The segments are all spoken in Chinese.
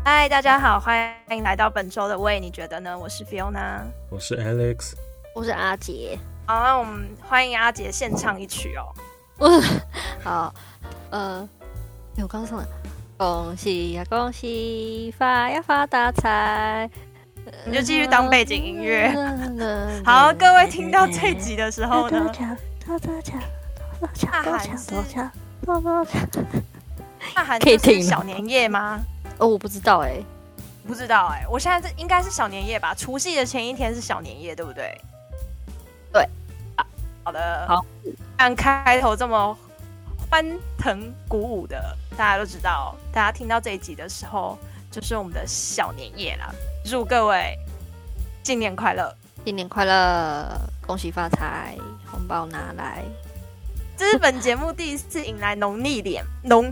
嗨，大家好，欢迎来到本周的喂，你觉得呢？我是 Fiona， 我是 Alex， 我是阿杰。 好，那我们欢迎阿杰献唱一曲哦。 好，我刚唱了，恭喜呀恭喜，发呀发大财， 你就继续当背景音乐。好，各位听到这集的时候呢，大喊就是小年夜吗？ 哦，我不知道不知道我现在应该是小年夜吧？除夕的前一天是小年夜，对不对？ 对， 好的， 好， 按开头这么欢腾鼓舞的，大家都知道，大家听到这一集的时候，就是我们的小年夜啦。祝各位新年快乐， 新年快乐，恭喜发财，红包拿来。 这是本节目第一次迎来农历年吗？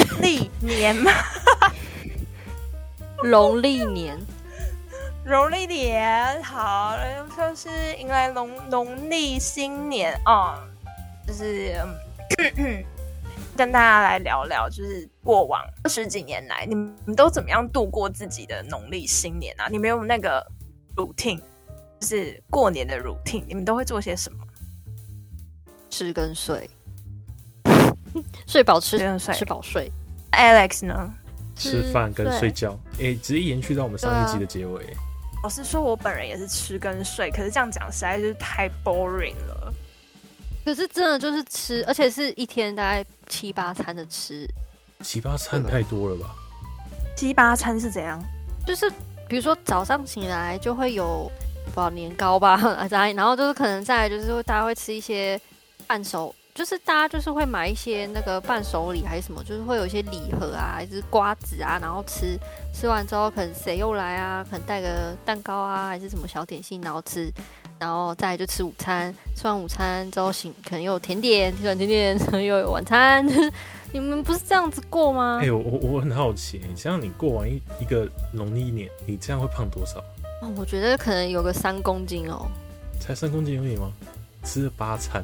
农历年， 农历年好，就是迎来农历新年啊，就是跟大家来聊聊，就是过往20几年来，你们都怎么样度过自己的农历新年啊？你们有那个 routine， 就是过年的 routine， 你们都会做些什么？ 吃跟睡，睡饱吃饱睡。 Alex 呢？ 吃饭跟睡觉，直接延续到我们上一集的结尾。 老实说，我本人也是吃跟睡，可是这样讲实在是太 boring 了。 可是真的就是吃，而且是一天大概7、8餐的吃。 7、8餐太多了吧 ？7、8餐是怎样？ 就是比如说早上醒来就会有年糕吧，然后就是可能再来就是大家会吃一些伴手。就是大家就是会买一些那个伴手礼还是什么，就是会有一些礼盒啊，还是瓜子啊，然后吃完之后可能谁又来啊，可能带个蛋糕啊，还是什么小点心，然后吃，然后再来就吃午餐，吃完午餐之后可能又有甜点，吃完甜点又有晚餐。你们不是这样子过吗？ 我很好奇，这样你过完一个农历年，你这样会胖多少？ 我觉得可能有个3公斤哦。 才3公斤而已吗？吃了8餐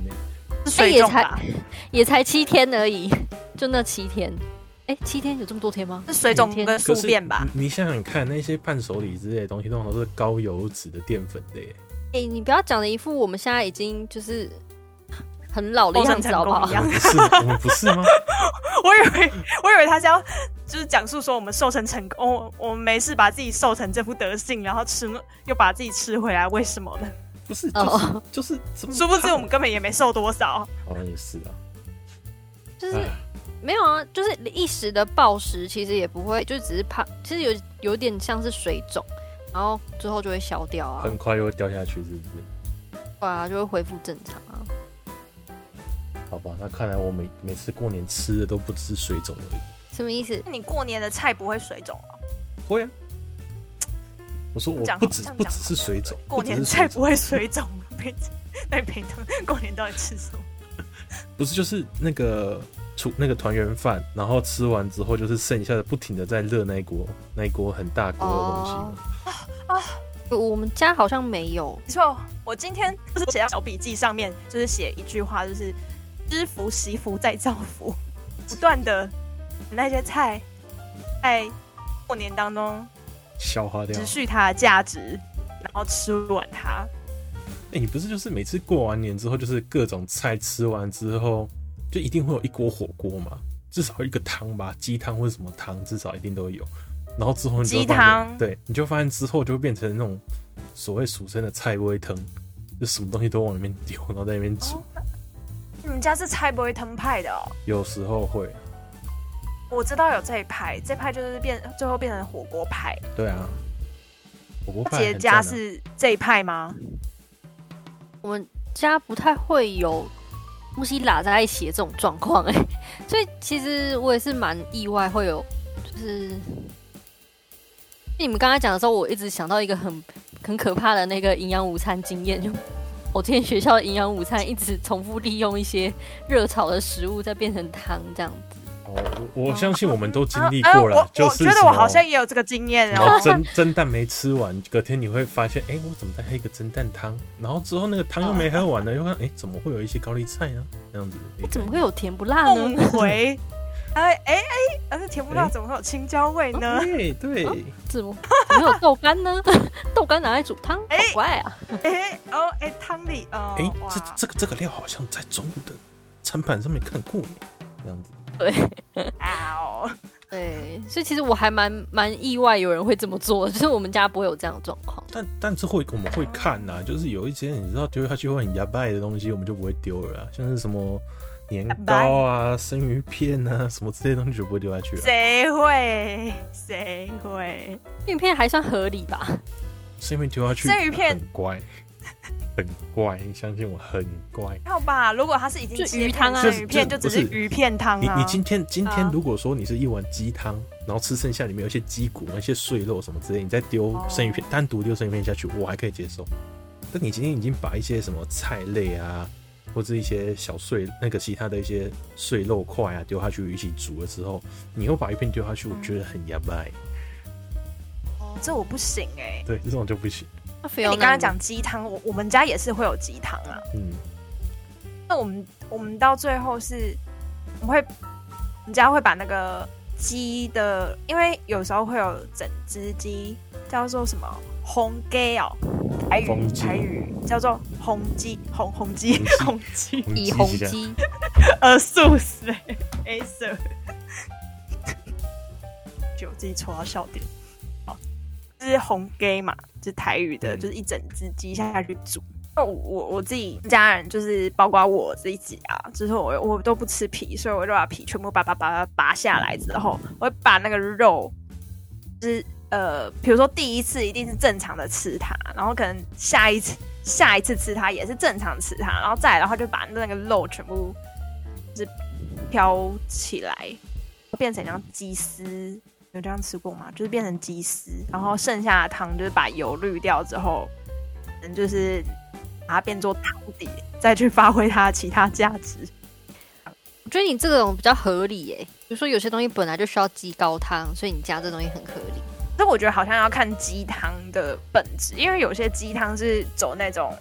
也才7天而已，就那7天。7天有这么多天吗？ 是水肿跟宿便吧？ 你想想看，那些伴手礼之类的东西，通常都是高油脂的淀粉的耶。 你不要讲的一副我们现在已经就是很老的样子，好不好？ 我们不是吗？ 我以为他是要就是讲述说我们瘦成成功，我们没事把自己瘦成这副德性，然后又把自己吃回来，为什么呢？ 不是，就是殊不知我们根本也没瘦多少。 好像也是啊， 就是没有啊，就是一时的暴食，其实也不会，就只是胖，其实有点像是水肿，然后之后就会消掉啊， 很快又会掉下去，是不是？ 对啊，就会恢复正常啊。 好吧，那看来我每次过年吃的都不只是水肿而已。 什么意思？ 你过年的菜不会水肿啊？ 会啊。我说我不只是水肿， 过年菜不会水肿。那平常过年到底吃什么？ 不是，就是那个团圆饭，然后吃完之后就是剩下的不停的在热那一锅很大锅的东西。我们家好像没有。 没错，我今天就是写到小笔记上面，就是写一句话，就是知福惜福再造福，不断的那些菜在过年当中消化掉， 持续它的价值，然后吃完它。 你不是就是每次过完年之后，就是各种菜吃完之后，就一定会有一锅火锅嘛，至少一个汤吧，鸡汤或者什么汤，至少一定都有。然后之后你就鸡汤，对，你就发现之后就会变成那种所谓俗称的菜煨汤，就什么东西都往里面丢，然后在那边煮。 你们家是菜煨汤派的哦？ 有时候会。 我知道有这一派就是最后变成火锅派。 对啊，火锅派。 姐家是这一派吗？ 我们家不太会有东西拉在一起的这种状况所以其实我也是蛮意外会有，就是你们刚才讲的时候，我一直想到一个很可怕的那个营养午餐经验，就我之前学校的营养午餐一直重复利用一些热炒的食物再变成汤这样子。 我相信我们都经历过了，就是我觉得我好像也有这个经验然后蒸蛋没吃完，隔天你会发现，我怎么在喝一个蒸蛋汤？然后之后那个汤又没喝完呢，又看，怎么会有一些高丽菜呢？这样子， 怎么会有甜不辣呢？ 而且甜不辣怎么会有青椒味呢？ 对， 怎么有豆干呢？豆干拿来煮汤，好怪啊！ 汤里这个料好像在中午的餐盘上面看过耶，这样子。 对，对，所以其实我还蛮意外有人会这么做，就是我们家不会有这样的状况。 但是我们会看呐，就是有一些你知道丢下去会很牙败的东西，我们就不会丢了啦，像是什么年糕啊、生鱼片啊什么这些东西就不会丢下去了。 谁会？ 生鱼片还算合理吧？ 生鱼片丢下去， 生鱼片很乖。很怪，你相信我，很怪。 好吧，如果它是已经就鱼汤啊， 生鱼片就只是鱼片汤啊。 你今天如果说你是一碗鸡汤，然后吃剩下里面有一些鸡骨、那些碎肉什么之类，你再丢生鱼片，单独丢生鱼片下去，我还可以接受。但你今天已经把一些什么菜类啊，或者一些小碎其他的一些碎肉块啊丢下去一起煮的时候，你又把鱼片丢下去，我觉得很牙白。 这我不行对，这种就不行。 你刚刚讲鸡汤，我们家也是会有鸡汤啊。那我们到最后是，我们家会把那个鸡的，因为有时候会有整只鸡，叫做什么红鸡哦，台语叫做红鸡，红鸡， 以红鸡， 素食，Acer， 就自己戳到笑点。就是红鸡嘛，就是台语的，就是一整只鸡下去煮。我自己家人就是包括我自己啊，就是我都不吃皮，所以我就把皮全部拔下来之后，我会把那个肉，就是比如说第一次一定是正常的吃它，然后可能下一次吃它也是正常吃它，然后再来的话就把那个肉全部就是飘起来，变成像鸡丝。有这样吃过吗？就是变成鸡丝，然后剩下的汤就是把油滤掉之后，就是把它变作汤底，再去发挥它的其他价值。 我觉得你这种比较合理耶，比如说有些东西本来就需要鸡高汤，所以你加这东西很合理。 但我觉得好像要看鸡汤的本质，因为有些鸡汤是走那种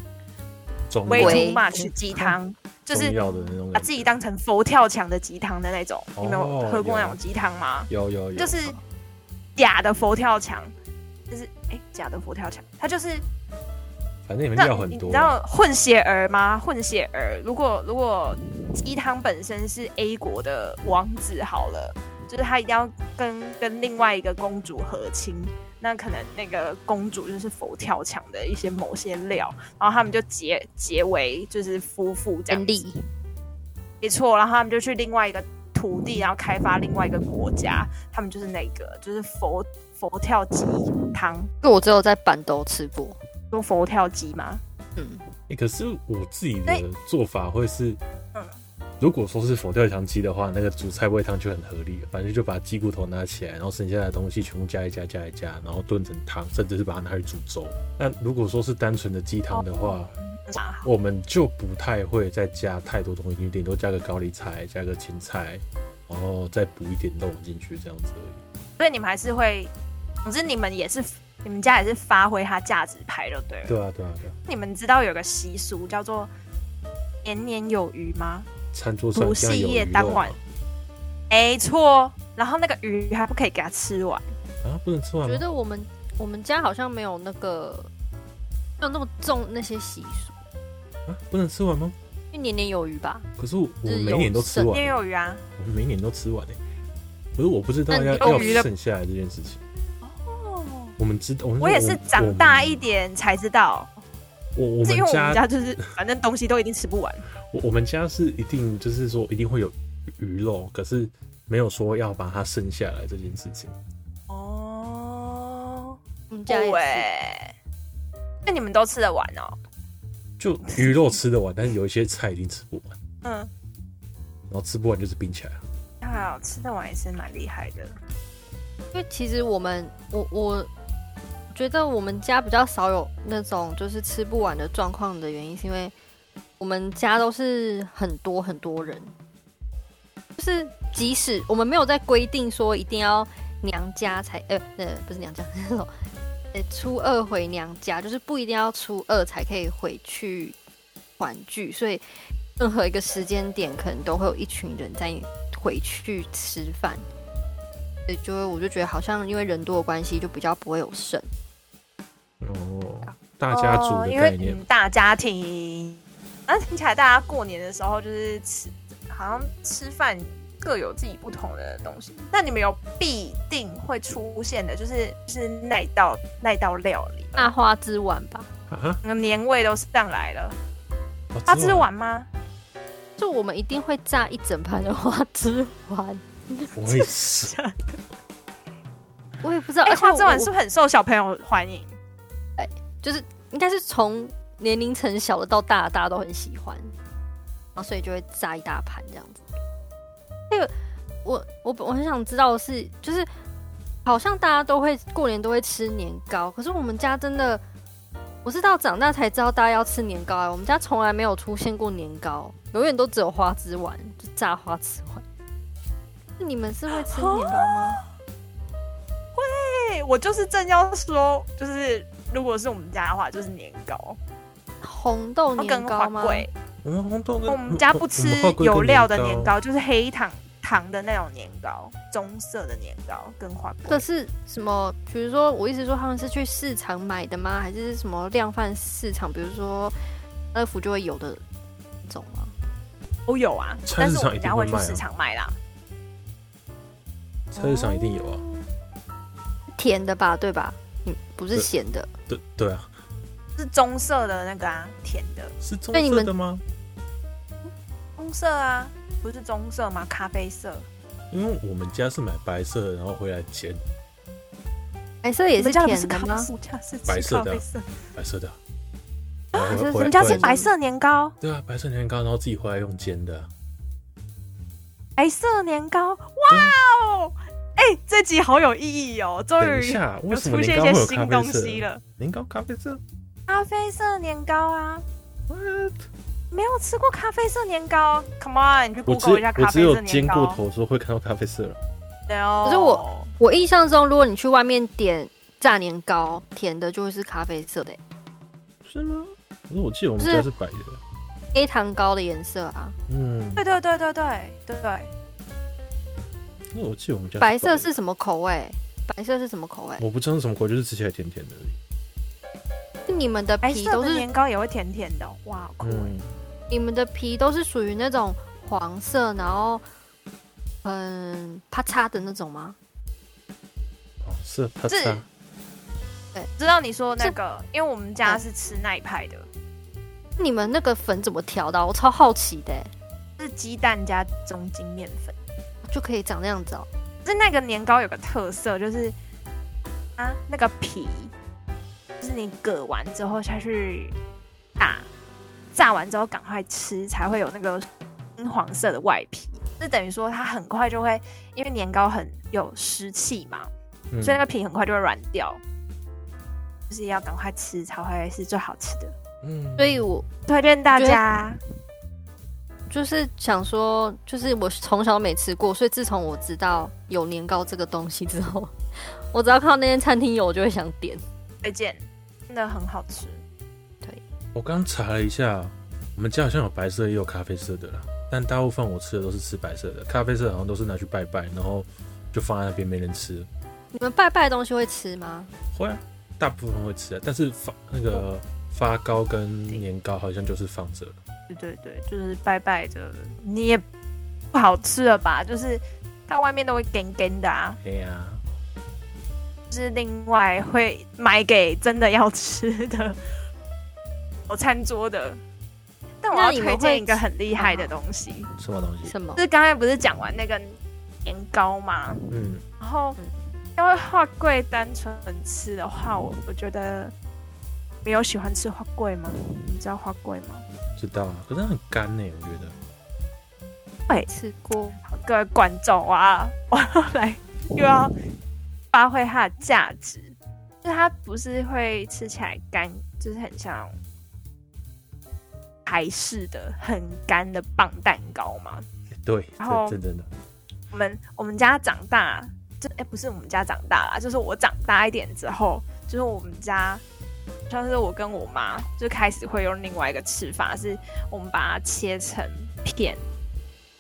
way too much 鸡汤。就是把自己当成佛跳墙的鸡汤的那种，你们有喝过那种鸡汤吗？ 有， 就是假的佛跳墙，就是假的佛跳墙，它就是反正里面料很多。 你知道混血儿吗？混血儿，如果鸡汤本身是 A 国的王子好了，就是他一定要跟另外一个公主和亲。那可能那个公主就是佛跳墙的一些某些料，然后他们就结为就是夫妇这样子，没错。然后他们就去另外一个土地，然后开发另外一个国家，他们就是那个就是佛跳鸡汤。 我只有在板豆吃过， 说佛跳鸡吗？ 可是我自己的做法会是，如果说是佛跳墙鸡的话，那个煮菜味汤就很合理了。反正就把鸡骨头拿起来，然后剩下的东西全部加一加，然后炖成汤，甚至是把它拿去煮粥。那如果说是单纯的鸡汤的话，我们就不太会再加太多东西，顶多加个高丽菜，加个芹菜，然后再补一点肉进去，这样子而已。 所以你们还是会，总之你们家也是发挥它价值牌就对了。 对啊。 你们知道有个习俗叫做年年有余吗？ 餐桌上除夕夜当晚，没错。然后那个鱼还不可以给它吃完啊？不能吃完吗？ 我觉得我们家好像没有那么重那些习俗啊，不能吃完吗？ 因为年年有余吧。 可是我们每年都吃完， 年年有余啊， 我们每年都吃完可是我不知道要剩下来这件事情。哦，我们知道， 我也是长大一点才知道。 我们家就是反正东西都一定吃不完。 我们家是一定就是说一定会有鱼肉，可是没有说要把它剩下来这件事情。 哦， 我们家也是。那你们都吃得完哦？ 就鱼肉吃得完，但是有一些菜一定吃不完。 然后吃不完就是冰起来了。 还好吃得完也是蛮厉害的。 因为其实我觉得我们家比较少有那种就是吃不完的状况的原因，是因为我们家都是很多很多人，就是即使我们没有在规定说一定要娘家才不是娘家那种初二回娘家，就是不一定要初二才可以回去团聚，所以任何一个时间点可能都会有一群人在回去吃饭，所以我就觉得好像因为人多的关系，就比较不会有剩。 哦，大家族的因为概念， 大家庭，那听起来大家过年的时候就是好像吃饭各有自己不同的东西。那你们有必定会出现的，就是那道料理吗？ 那花枝丸吧， 啊， 那个年味都上来了。 哦花枝丸吗？ 就我们一定会炸一整盘的花枝丸。 我也是， 我也不知道，而且花枝丸是不是很受小朋友欢迎？ 就是应该是从年龄层小的到大的，大家都很喜欢，然后所以就会炸一大盘这样子。那个我很想知道的是，就是好像大家都会过年都会吃年糕，可是我们家真的，我是到长大才知道大家要吃年糕我们家从来没有出现过年糕，永远都只有花枝丸，就炸花枝丸。你们是会吃年糕吗？ 对，我就是正要说，就是如果是我们家的话，就是年糕， 红豆年糕吗？ 我们红豆我们家不吃有料的年糕，就是黑糖的那种年糕，棕色的年糕跟花桂。 这是什么？比如说，我意思说他们是去市场买的吗？还是什么量贩市场？比如说乐福就会有的那种吗？ 都有啊，但是我们家会去市场买啦。 菜市场一定有啊， 甜的吧，对吧？不是咸的。 对啊， 是棕色的那个啊，甜的。 是棕色的吗？ 棕色啊，不是棕色吗？咖啡色。 因为我们家是买白色的，然后回来煎。 白色也是甜的吗？ 白色的，白色的。 我们家是白色年糕。 对啊，白色年糕，然后自己回来用煎的。 白色年糕，哇哦！这集好有意义哦，终于有出现一些新东西了。 年糕咖啡色， 咖啡色年糕啊 ？What？ 没有吃过咖啡色年糕 ？Come on， 你去 Google 一下咖啡色年糕。 我只有煎过头的时候会看到咖啡色了。 对哦。 可是我印象中，如果你去外面点炸年糕，甜的就会是咖啡色的。 是吗？可是我记得我们家是白的。 黑糖糕的颜色啊。 对。 因为我记得我们家白色是什么口味？白色是什么口味？ 我不知道是什么口味，就是吃起来甜甜的而已。你们的皮都是年糕也会甜甜的，哇，好酷！ 你们的皮都是属于那种黄色，然后啪嚓的那种吗？ 黄色啪嚓。 对，知道你说那个，因为我们家是吃那一派的。 你们那个粉怎么调的？我超好奇的。 是鸡蛋加中筋面粉。 就可以长那样子哦。 就是那个年糕有个特色，就是那个皮，就是你割完之后下去炸完之后赶快吃，才会有那个金黄色的外皮。就等于说它很快就会，因为年糕很有湿气嘛，所以那个皮很快就会软掉。就是要赶快吃才会是最好吃的。 所以我推荐大家。 就是想说，就是我从小没吃过，所以自从我知道有年糕这个东西之后，我只要看到那间餐厅有，我就会想点。 推荐，真的很好吃。 对， 我刚查了一下，我们家好像有白色也有咖啡色的啦，但大部分我吃的都是吃白色的，咖啡色好像都是拿去拜拜，然后就放在那边没人吃。 你们拜拜的东西会吃吗？ 会啊，大部分会吃啊，但是发糕跟年糕好像就是放着了。 对，就是拜拜的，你也不好吃了吧？就是它外面都会干干的啊。 对呀， 就是另外会买给真的要吃的有餐桌的。但我要推荐一个很厉害的东西。 什么东西？ 什么？ 就是刚才不是讲完那个年糕吗？然后因为花桂单纯吃的话，我觉得没有喜欢吃花桂吗？你知道花桂吗？ 知道啊，可是很干呢，我觉得。 会吃过。各位观众啊，我又要发挥它的价值，就是它不是会吃起来干，就是很像台式的很干的棒蛋糕嘛。 对， 然后真的。 我们家长大，不是我们家长大啦，就是我长大一点之后，就是我们家。像是我跟我妈就开始会用另外一个吃法，是我们把它切成片，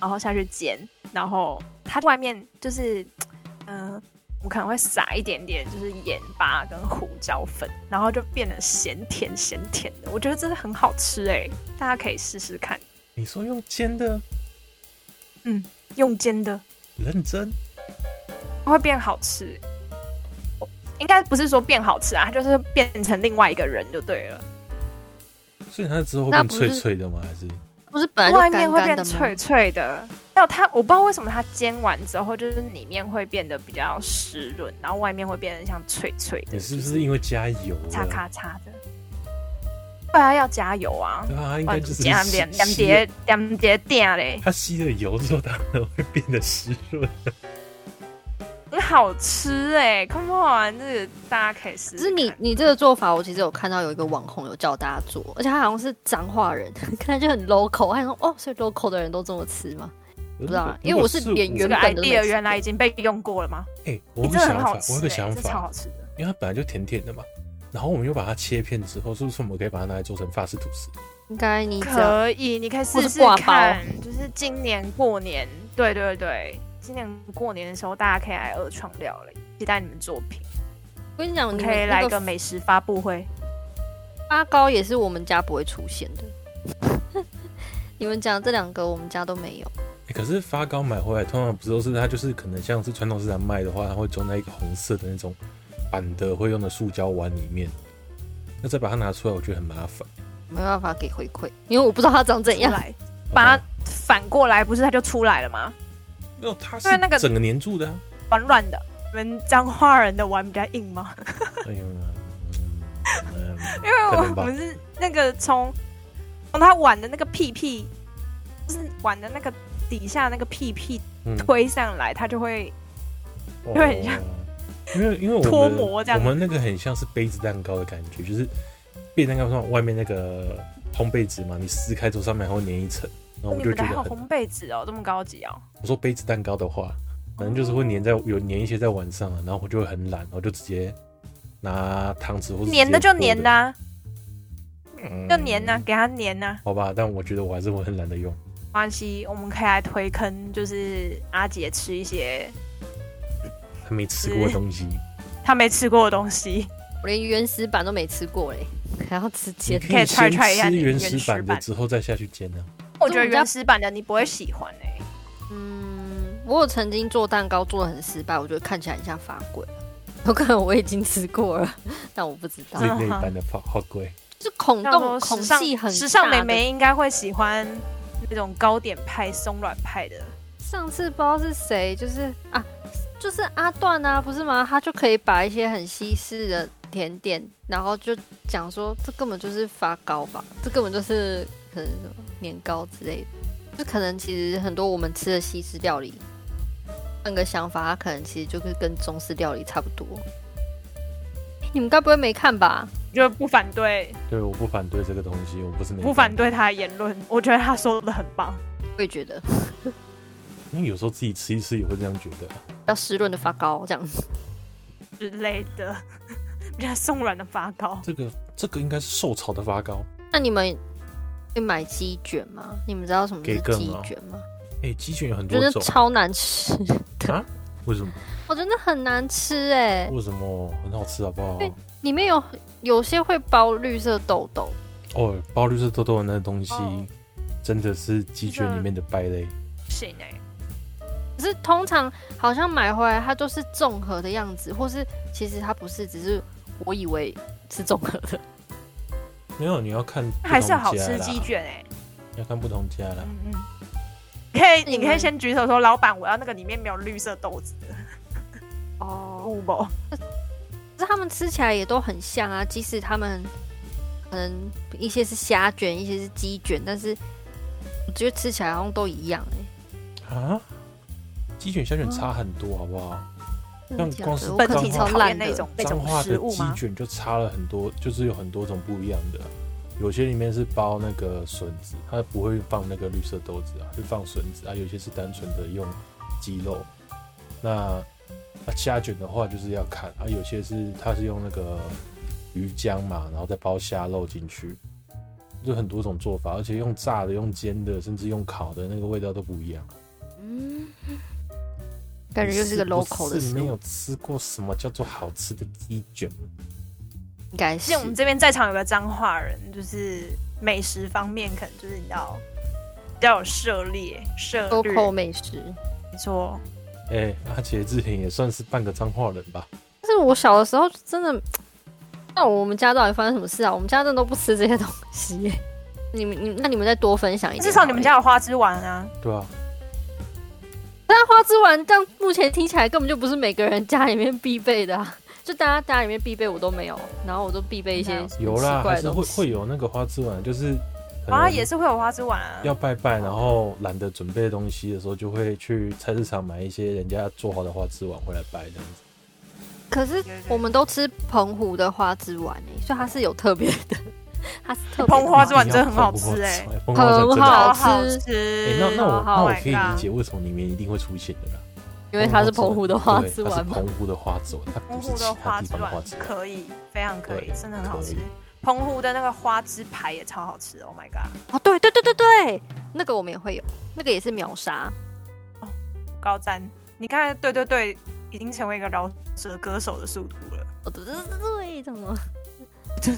然后下去煎，然后它外面就是我可能会撒一点点就是盐巴跟胡椒粉，然后就变得咸甜的，我觉得真的很好吃大家可以试试看。 你说用煎的？ 用煎的， 认真会变好吃。应该不是说变好吃啊，它就是变成另外一个人就对了。 所以它之后会变脆脆的吗？还是不是本来就外干干的吗？ 面会变脆脆的？还有它，我不知道为什么它煎完之后，就是里面会变得比较湿润，然后外面会变得像脆脆的。 你是不是因为加油了？ 咔咔嚓的。对啊，要加油啊！ 对啊，应该就是两节电嘞。 它吸了油之后，当然会变得湿润。 很好吃，Come on， 这个大家可以试试看。 只是你这个做法，我其实有看到有一个网红有教大家做，而且他好像是彰化人，看起来就很 local。我还说所以 local 的人都这么吃吗？不知道，因为我是连原本的 idea 原来已经被用过了吗？ 我有个想法， 我有个想法，超好吃的， 因为它本来就甜甜的嘛，然后我们又把它切片之后，是不是我们可以把它拿来做成法式吐司？ 应该你可以，你可以试试看，就是今年过年，对，今年过年的时候，大家可以来二创料理，期待你们作品。 我跟你讲， 你可以来个美食发布会。 发糕也是我们家不会出现的。你们讲这两个，我们家都没有。 可是发糕买回来，通常不都是它就是可能像是传统市场卖的话，它会装在一个红色的那种板的会用的塑胶碗里面，那再把它拿出来，我觉得很麻烦。 没办法给回馈，因为我不知道它长怎样。 把它反过来，不是它就出来了吗？ 没有，它是整个粘住的， 软软的。你们彰化人的碗比较硬吗？ 哎呦， 因为我们是那个从它碗的那个屁，就是碗的那个底下那个屁推上来，它就会很像， 因为脱模这样。 我们那个很像是杯子蛋糕的感觉，就是杯子蛋糕上外面那个烘焙纸嘛，你撕开之后上面还会粘一层，然后我就觉得还有烘焙纸哦，这么高级哦。 我说杯子蛋糕的话，反正就是会有粘一些在碗上，然后我就会很懒，然后就直接拿汤匙或者粘的就粘的啊，就粘啊，给它粘啊。 好吧，但我觉得我还是会很懒得用。 没关系，我们可以来推坑，就是阿杰吃一些他没吃过的东西。 他没吃过的东西， 我连原始版都没吃过嘞，还要吃煎。 可以先吃原始版的，之后再下去煎呢。 我觉得原始版的你不会喜欢我有曾经做蛋糕做得很失败，我觉得看起来很像法棍。有可能我已经吃过了，但我不知道。 那一般的法棍就是孔隙很大。 时尚妹妹应该会喜欢那种糕点派、松软派的。 上次不知道是谁，就是阿段啊，不是吗？他就可以把一些很西式的甜点，然后就讲说这根本就是发糕吧，这根本就是可能年糕之类的。就可能其实很多我们吃的西式料理，换个想法，它可能其实就是跟中式料理差不多。你们该不会没看吧？ 就不反对。 对，我不反对这个东西，我不是没不反对他的言论，我觉得他说的很棒。 我也觉得。 因为有时候自己吃一吃也会这样觉得， 要湿润的发糕这样子之类的，比较松软的发糕。 这个应该是受潮的发糕。 那你们会买鸡卷吗？你们知道什么是鸡卷吗？ 鸡卷有很多种， 我觉得超难吃啊？为什么？ 我真的很难吃为什么？很好吃好不好？ 里面有些会包绿色豆豆。 包绿色豆豆的那东西，真的是鸡卷里面的败类。 行可是通常好像买回来它都是综合的样子，或是其实它不是，只是我以为是综合的。 没有，你要看不同家啦， 还是好吃鸡卷要看不同家啦。 你可以先举手说，老板，我要那个里面没有绿色豆子的。不， 可是他们吃起来也都很像啊，即使他们可能一些是虾卷，一些是鸡卷，但是我觉得吃起来好像都一样鸡卷虾卷差很多，好不好？像光是本体超烂那种彰化的鸡卷就差了很多，就是有很多种不一样的。有些里面是包那个笋子，它不会放那个绿色豆子会放笋子有些是单纯的用鸡肉。那虾卷的话就是要看有些它是用那个鱼浆嘛，然后再包虾肉进去，就很多种做法，而且用炸的、用煎的，甚至用烤的，那个味道都不一样。 感觉就是个 local 的是食物， 没有吃过什么叫做好吃的鸡卷。 应该是其实我们这边在场有个彰化人，就是美食方面可能就是你知道比较有涉猎， local 美食。 没错。 阿杰之前也算是半个彰化人吧？ 但是我小的时候真的，那我们家到底发生什么事啊？我们家真的都不吃这些东西耶。那你们再多分享一点。 至少你们家有花枝丸啊。 对啊。 但花枝丸这样目前听起来根本就不是每个人家里面必备的啊。就大家家里面必备我都没有，然后我都必备一些有啦，还是会会有那个花枝丸，就是也是会有花枝丸啊。 要拜拜，然后懒得准备东西的时候，就会去菜市场买一些人家做好的花枝丸回来拜这样子。 可是我们都吃澎湖的花枝丸所以它是有特别的，它是特别的。 澎湖花枝丸真的很好吃很好吃。 那我可以理解为什么里面一定会出现的啦。 因为它是澎湖的花枝丸嘛，澎湖的花枝丸，它不是其他地方的花枝丸， 可以，非常可以，真的很好吃。澎湖的那个花枝排也超好吃 ，Oh my god！ 哦，对，那个我们也会有，那个也是秒杀。 哦，高赞！你看，对，已经成为一个饶舌歌手的速度了。 哦，对，怎么？ 对，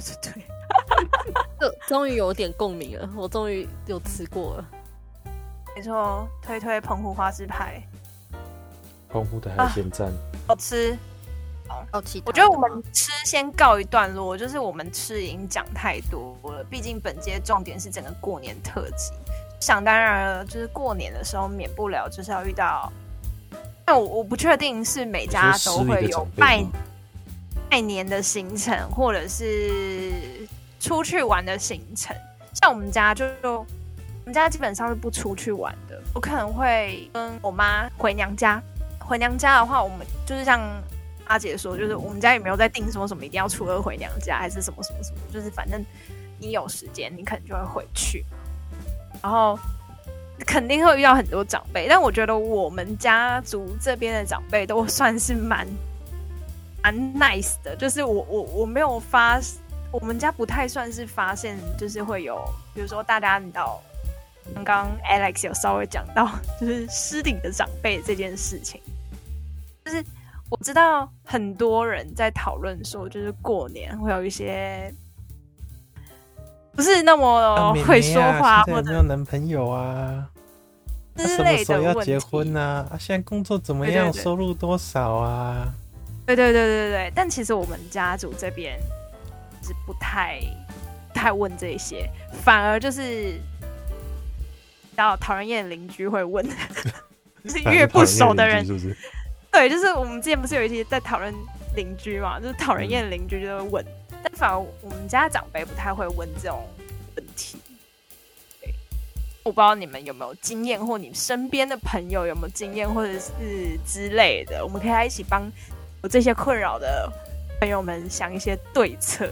终于有点共鸣了，我终于有吃过了。 没错，推澎湖花枝排。 澎湖的海鲜站好吃。我觉得我们吃先告一段落，就是我们吃已经讲太多了，毕竟本节重点是整个过年特辑。想当然了，就是过年de时候免不了就是要遇到，但我不确定是每家都会有拜年的行程，或者是出去玩的行程。像我们家我们家基本上是不出去玩的，我可能会跟我妈回娘家。回娘家的话，我们就是像阿姐说，就是我们家也没有在定说什么一定要初2回娘家，还是什么，就是反正你有时间，你可能就会回去。然后肯定会遇到很多长辈，但我觉得我们家族这边的长辈都算是蛮 nice 的，就是我没有我们家不太算是发现，就是会有，比如说大家你知道。刚刚 Alex 有稍微讲到，就是失礼的长辈这件事情，就是我知道很多人在讨论说，就是过年会有一些不是那么会说话，或者没有男朋友啊之类的问题。 要结婚啊？现在工作怎么样？收入多少啊？ 对。但其实我们家族这边是不太问这些，反而就是讨人厌的邻居会问，就是越不熟的人， 是不是？ 对，就是我们之前不是有一些在讨论邻居嘛，就是讨人厌的邻居就会问，但反而我们家长辈不太会问这种问题。对，我不知道你们有没有经验，或你身边的朋友有没有经验，或者是之类的，我们可以一起帮有这些困扰的朋友们想一些对策。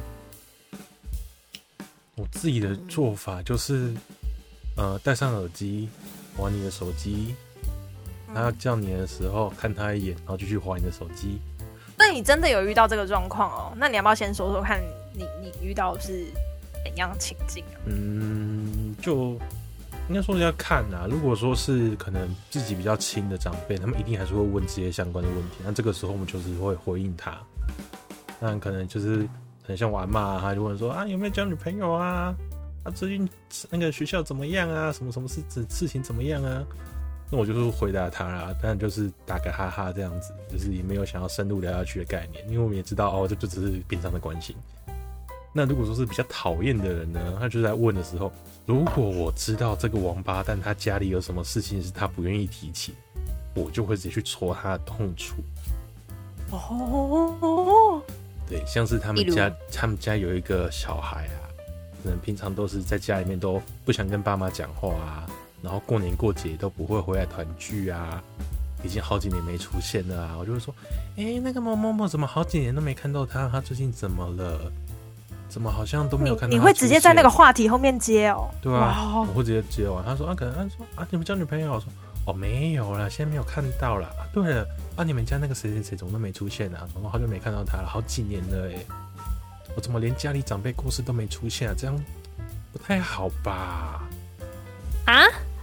我自己的做法就是。戴上耳机，玩你的手机。他叫你的时候，看他一眼，然后就去滑你的手机。 那你真的有遇到这个状况哦？那你要不要先说说看你遇到的是怎样情境啊？ 就应该说要看啊。如果说是可能自己比较亲的长辈，他们一定还是会问这些相关的问题。那这个时候我们就是会回应他。那可能就是很像我阿嬷，他就问说啊有没有交女朋友啊？最近那个学校怎么样啊？什么事情怎么样啊？那我就是回答他啦，但就是打个哈哈这样子，就是也没有想要深入聊下去的概念，因为我们也知道这就只是平常的关心。那如果说是比较讨厌的人呢，他就在问的时候，如果我知道这个王八蛋他家里有什么事情是他不愿意提起，我就会直接去戳他的痛处。对，像是他们家有一个小孩啊。可能平常都是在家里面都不想跟爸妈讲话啊，然后过年过节都不会回来团聚啊，已经好几年没出现了啊，我就会说，那个某某某怎么好几年都没看到他？他最近怎么了？怎么好像都没有看到他？ 你会直接在那个话题后面接哦？ 对啊，我会直接接完。他说可能他说你们交女朋友？我说没有啦，现在没有看到啦。对了你们家那个谁谁谁怎么都没出现啊？怎么好久没看到他了？好几年了我怎么连家里长辈过世都没出现啊？这样不太好吧？ 啊？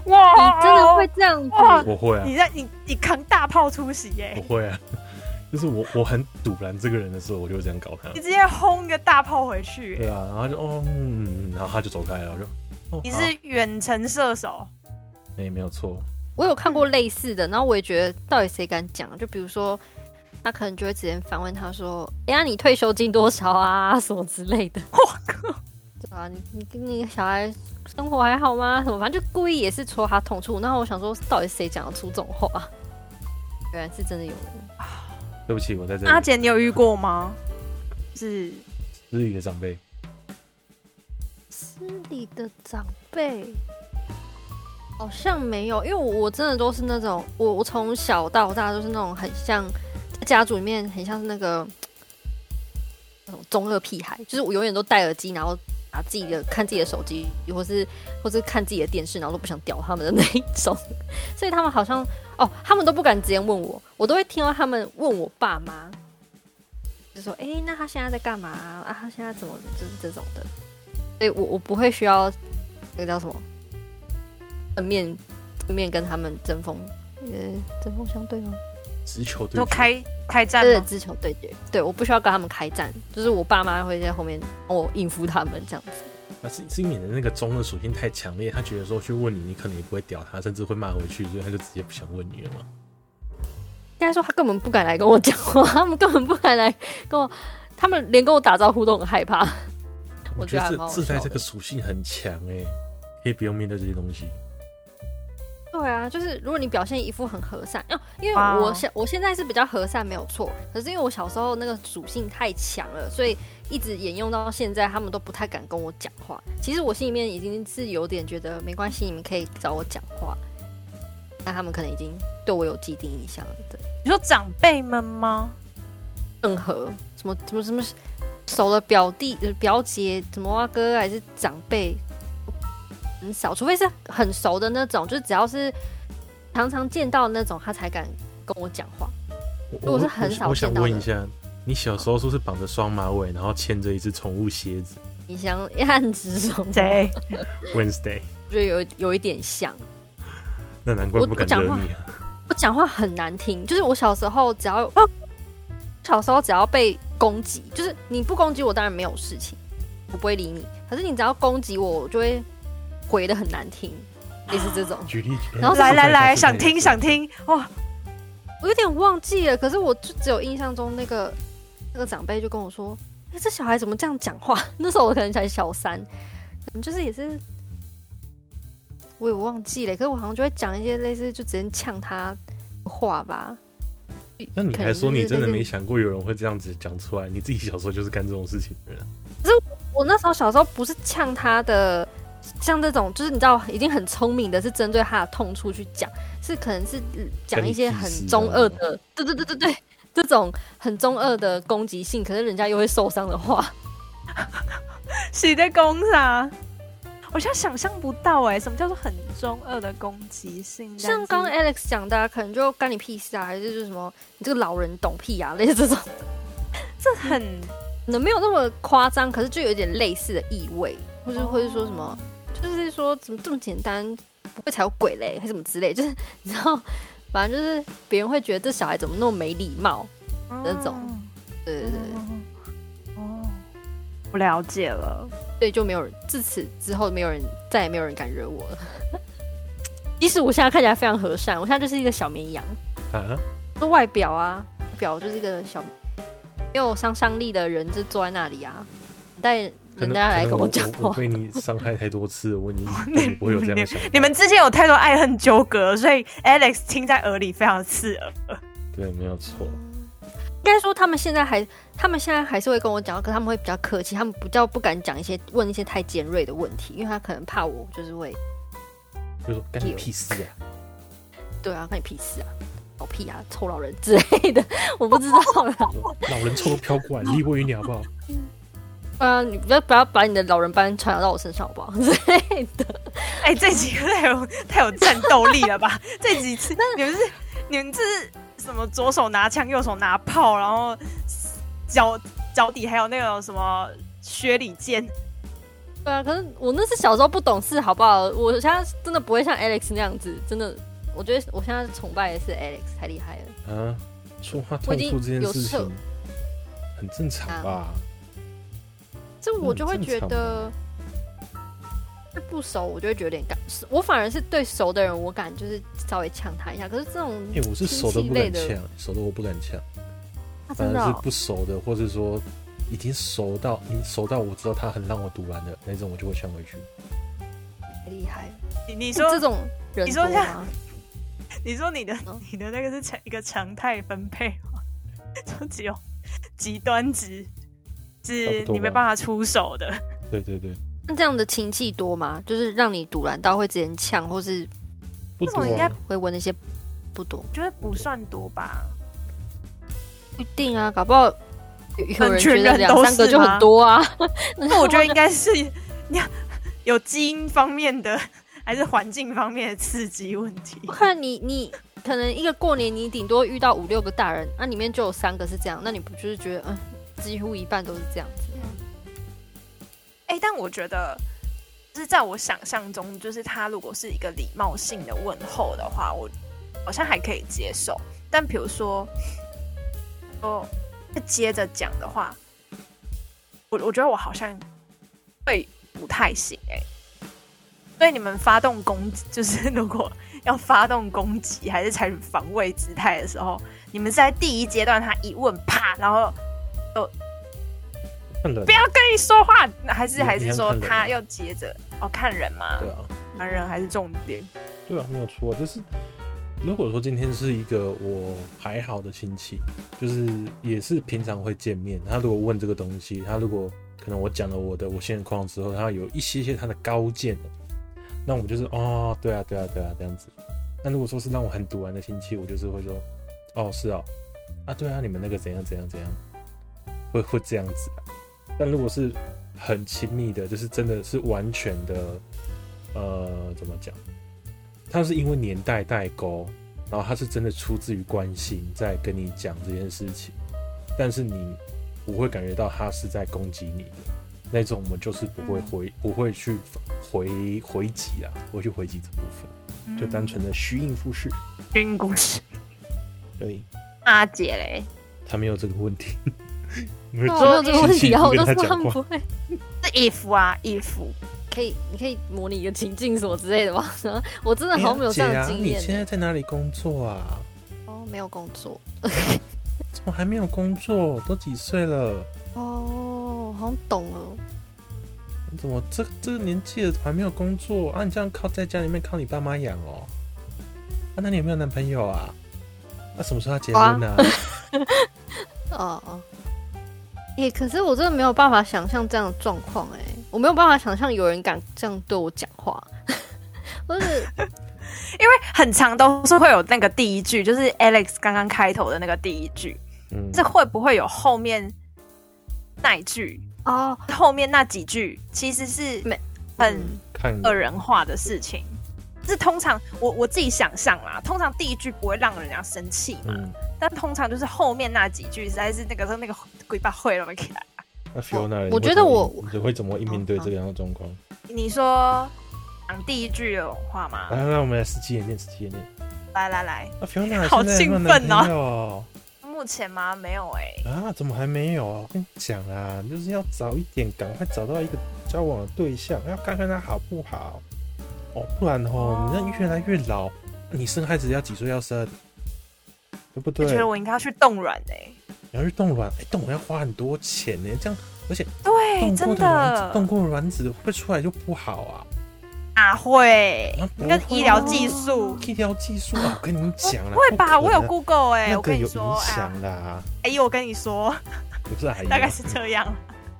哇， 你真的会这样子？ 我会啊， 你扛大炮出席耶、 我会啊，就是我很堵拦这个人的时候，我就这样搞他你。直接轰一个大炮回去、 对啊，然后就然后他就走开了，我就你是远程射手， 没有错。 我有看过类似的，然后我也觉得到底谁敢讲？就比如说，他可能就会直接反问他说：“哎呀，你退休金多少啊？什么之类的。” 我靠！ 对啊，你跟你小孩生活还好吗？什么，反正就故意也是戳他痛处。然后我想说，到底谁讲得出这种话？原来是真的有人。 对不起，我在这里。 阿姐，你有遇过吗？是日语的长辈， 失礼的长辈好像没有，因为我真的都是那种，我从小到大都是那种很像家族里面很像是那种中二屁孩，就是我永远都戴耳机，然后拿自己的看自己的手机，或是看自己的电视，然后都不想屌他们的那一种。所以他们好像他们都不敢直接问我，我都会听到他们问我爸妈，就说：“那他现在在干嘛啊？他现在怎么就是这种的？”所以我不会需要那个叫什么正面跟他们针锋相对吗？ 直球对都决。 开战吗？ 直球对决，对，我不需要跟他们开战，就是我爸妈会在后面帮我应付他们这样子。 是你的那个中二属性太强烈，他觉得说去问你，你可能也不会屌他，甚至会骂回去，所以他就直接不想问你了嘛。 应该说他根本不敢来跟我讲话，他们根本不敢来跟我，他们连跟我打招呼都很害怕。 我觉得自带这个的属性很强可以不用面对这些东西。 对啊，就是如果你表现一副很和善，因为我现在是比较和善没有错，可是因为我小时候那个属性太强了，所以一直沿用到现在，他们都不太敢跟我讲话。其实我心里面已经是有点觉得没关系，你们可以找我讲话，那他们可能已经对我有既定印象了。对， 你说长辈们吗？ 任何什么熟的表弟、表姐、什么阿哥还是长辈。很少，除非是很熟的那种，就是只要是常常见到的那种，他才敢跟我讲话。如果是很少我见到的， 想问一下，你小时候是不是绑着双马尾，然后牵着一只宠物蝎子？ 你想暗指什么？ 谁 ？Wednesday， 我觉得有一点像。 那难怪不敢惹你啊！ 我讲话很难听，就是我小时候只要被攻击，就是你不攻击我当然没有事情，我不会理你。可是你只要攻击我，我就会回的很难听，类似这种。 举例， 然后来，想听哇！ 我有点忘记了，可是我就只有印象中那个长辈就跟我说：“这小孩怎么这样讲话？”那时候我可能才小3，就是也是我也忘记了，可是我好像就会讲一些类似就直接呛他的话吧。 那你还说你真的没想过有人会这样子讲出来？你自己小时候就是干这种事情的人。 可是我那时候小时候不是呛他的。像这种就是你知道已经很聪明的是针对他的痛处去讲，是可能是讲一些很中二的，对，这种很中二的攻击性，可是人家又会受伤的话， 谁在攻啥？我现在想象不到什么叫做很中二的攻击性？ 像刚刚 Alex 讲的，可能就干你屁事啊，还是就是什么你这个老人懂屁啊，类似这种， 这很没有那么夸张，可是就有点类似的意味，或是说什么。就是说怎么这么简单，不会才有鬼嘞，还是什么之类，就是你知道，反正就是别人会觉得这小孩怎么那么没礼貌那种，对。 我了解了， 所以就没有人自此之后再也没有人敢惹我了。即使我现在看起来非常和善，我现在就是一个小绵羊啊， 外表啊，表就是一个小没有杀伤力的人，就坐在那里啊，但。人家来跟我讲话， 我被你伤害太多次了，我已经不会有这样的想法。 你们之间有太多爱恨纠葛，所以 Alex 听在耳里非常刺耳。 对，没有错。 应该说他们现在还是会跟我讲，可是他们会比较客气，他们比较不敢问一些太尖锐的问题，因为他可能怕我就是会， 就说干你屁事啊！ 对啊，干你屁事啊！老屁啊，臭老人之类的，我不知道啦。 老人臭都飘过来，离我远点好不好？ 你不要把你的老人斑传染到我身上好不好？之类的。 这集太有战斗力了吧？这几次你们是什么？左手拿枪，右手拿炮，然后脚底还有那种什么薛礼剑， 对啊，可是我那是小时候不懂事，好不好？我现在真的不会像 Alex 那样子，真的，我觉得我现在崇拜的是 Alex， 太厉害了啊！说话痛处这件事情很正常吧？ 这我就会觉得不熟，我就会觉得有点干。我反而是对熟的人，我敢就是稍微呛他一下。可是这种我是熟的不敢呛，熟的我不敢呛，反而是不熟的，或者说已经熟到我知道他很让我堵拦的那种，我就会呛回去。 太厉害！ 你说这种人多吗？ 你说你的那个是一个常态分配吗？就只有极端值是你没办法出手的。 对对对。 那这样的亲戚多吗？就是让你堵拦到会直接呛，或是不多、 应该会问那些不多， 觉得不算多吧？ 不一定啊，搞不好有人觉得2-3个就很多啊。 那我觉得应该是有基因方面的，还是环境方面的刺激问题。 我看你可能一个过年你顶多遇到5-6个大人，那里面就有3个是这样，那你不就是觉得几乎一半都是这样子？ 但我觉得，就是在我想象中，就是他如果是一个礼貌性的问候的话，我好像还可以接受。但比如说，接着讲的话，我觉得我好像会不太行所以你们发动攻击，就是如果要发动攻击还是采取防卫姿态的时候，你们是在第一阶段他一问啪，然后不要跟你说话，还是说他要接着看人嘛？ 对啊， 看人还是重点。 对啊，没有错。就是如果说今天是一个我还好的亲戚，就是也是平常会见面，他如果问这个东西，他如果可能我讲了我现况之后，他有一些他的高见的，那我就是对啊这样子。那如果说是让我很堵拦的亲戚，我就是会说是对啊，你们那个怎样，会这样子啊。但如果是很亲密的，就是真的是完全的，怎么讲？他是因为年代代沟，然后他是真的出自于关心在跟你讲这件事情，但是你不会感觉到他是在攻击你的那种，我们就是不会去回击啊，不会去回击这部分，就单纯的虚应复式。 虚应故事。 对。 阿姐嘞， 他没有这个问题。 没有这个问题啊，我都说他们不会。 是 if 你可以模拟一个情境什么之类的吗？我真的好像没有这样的经验。 你现在在哪里工作啊？ 没有工作。 怎么还没有工作？都几岁了？ 好像懂了。 你怎么这个年纪了还没有工作啊？你这样在家里面靠你爸妈养哦？那你有没有男朋友啊？那什么时候要结婚呢？ 可是我真的没有办法想象这样的状况我没有办法想象有人敢这样对我讲话，就是因为很常都是会有那个第一句，就是 Alex 刚刚开头的那个第一句，这会不会有后面那一句后面那几句其实是很个人化的事情。是通常我自己想象啦，通常第一句不会让人家生气嘛，但通常就是后面那几句实在是那个鬼把会了起来。 那 Fiona， 我觉得你会怎么应对这样的状况？ 你说讲第一句的话吗？ 来，我们来实际演练。 来。 那 Fiona 好兴奋哦！ 目前吗？没有怎么还没有啊？我跟你讲啊，就是要早一点，赶快找到一个交往的对象，要看看他好不好不然你那越来越老，你生孩子要几岁要生，对不对？ 我觉得我应该要去冻卵你要去冻卵，冻卵要花很多钱这样，而且对，真的冻过卵子会出来就不好会，跟医疗技术我跟你讲啦， 会吧？我有 Google 我跟你说，有影响啦。 我跟你说， 不是大概是这样。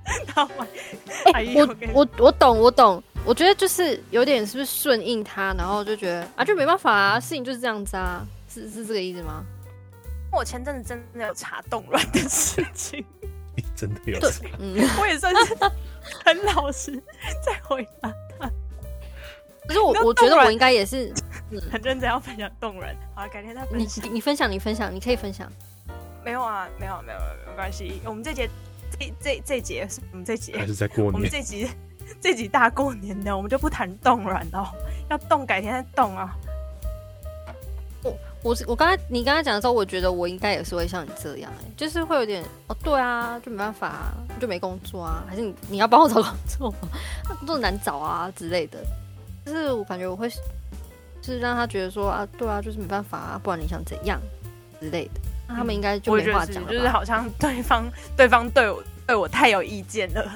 我懂。我觉得就是有点是不是顺应他，然后就觉得就没办法事情就是这样子是这个意思吗？ 我前阵子真的有查冻卵的事情， 你真的有查？ 我也算是很老实在回答他。 可是我觉得我应该也是很认真要分享冻卵。好，改天再分享。 你分享，你可以分享。 没有，没关系。我们这节是我们这节还是在过年？ 我们这集这集大过年的，我们就不谈冻卵哦，要冻改天再冻啊。 你刚才讲的时候，我觉得我应该也是会像你这样、就是会有点对啊，就没办法啊，就没工作啊，还是你要帮我找工作吗？那工作难找啊之类的。就是我感觉我会，就是让他觉得说对啊，就是没办法啊，不然你想怎样之类的，那他们应该就没话讲了吧。 就是好像对方对我太有意见了。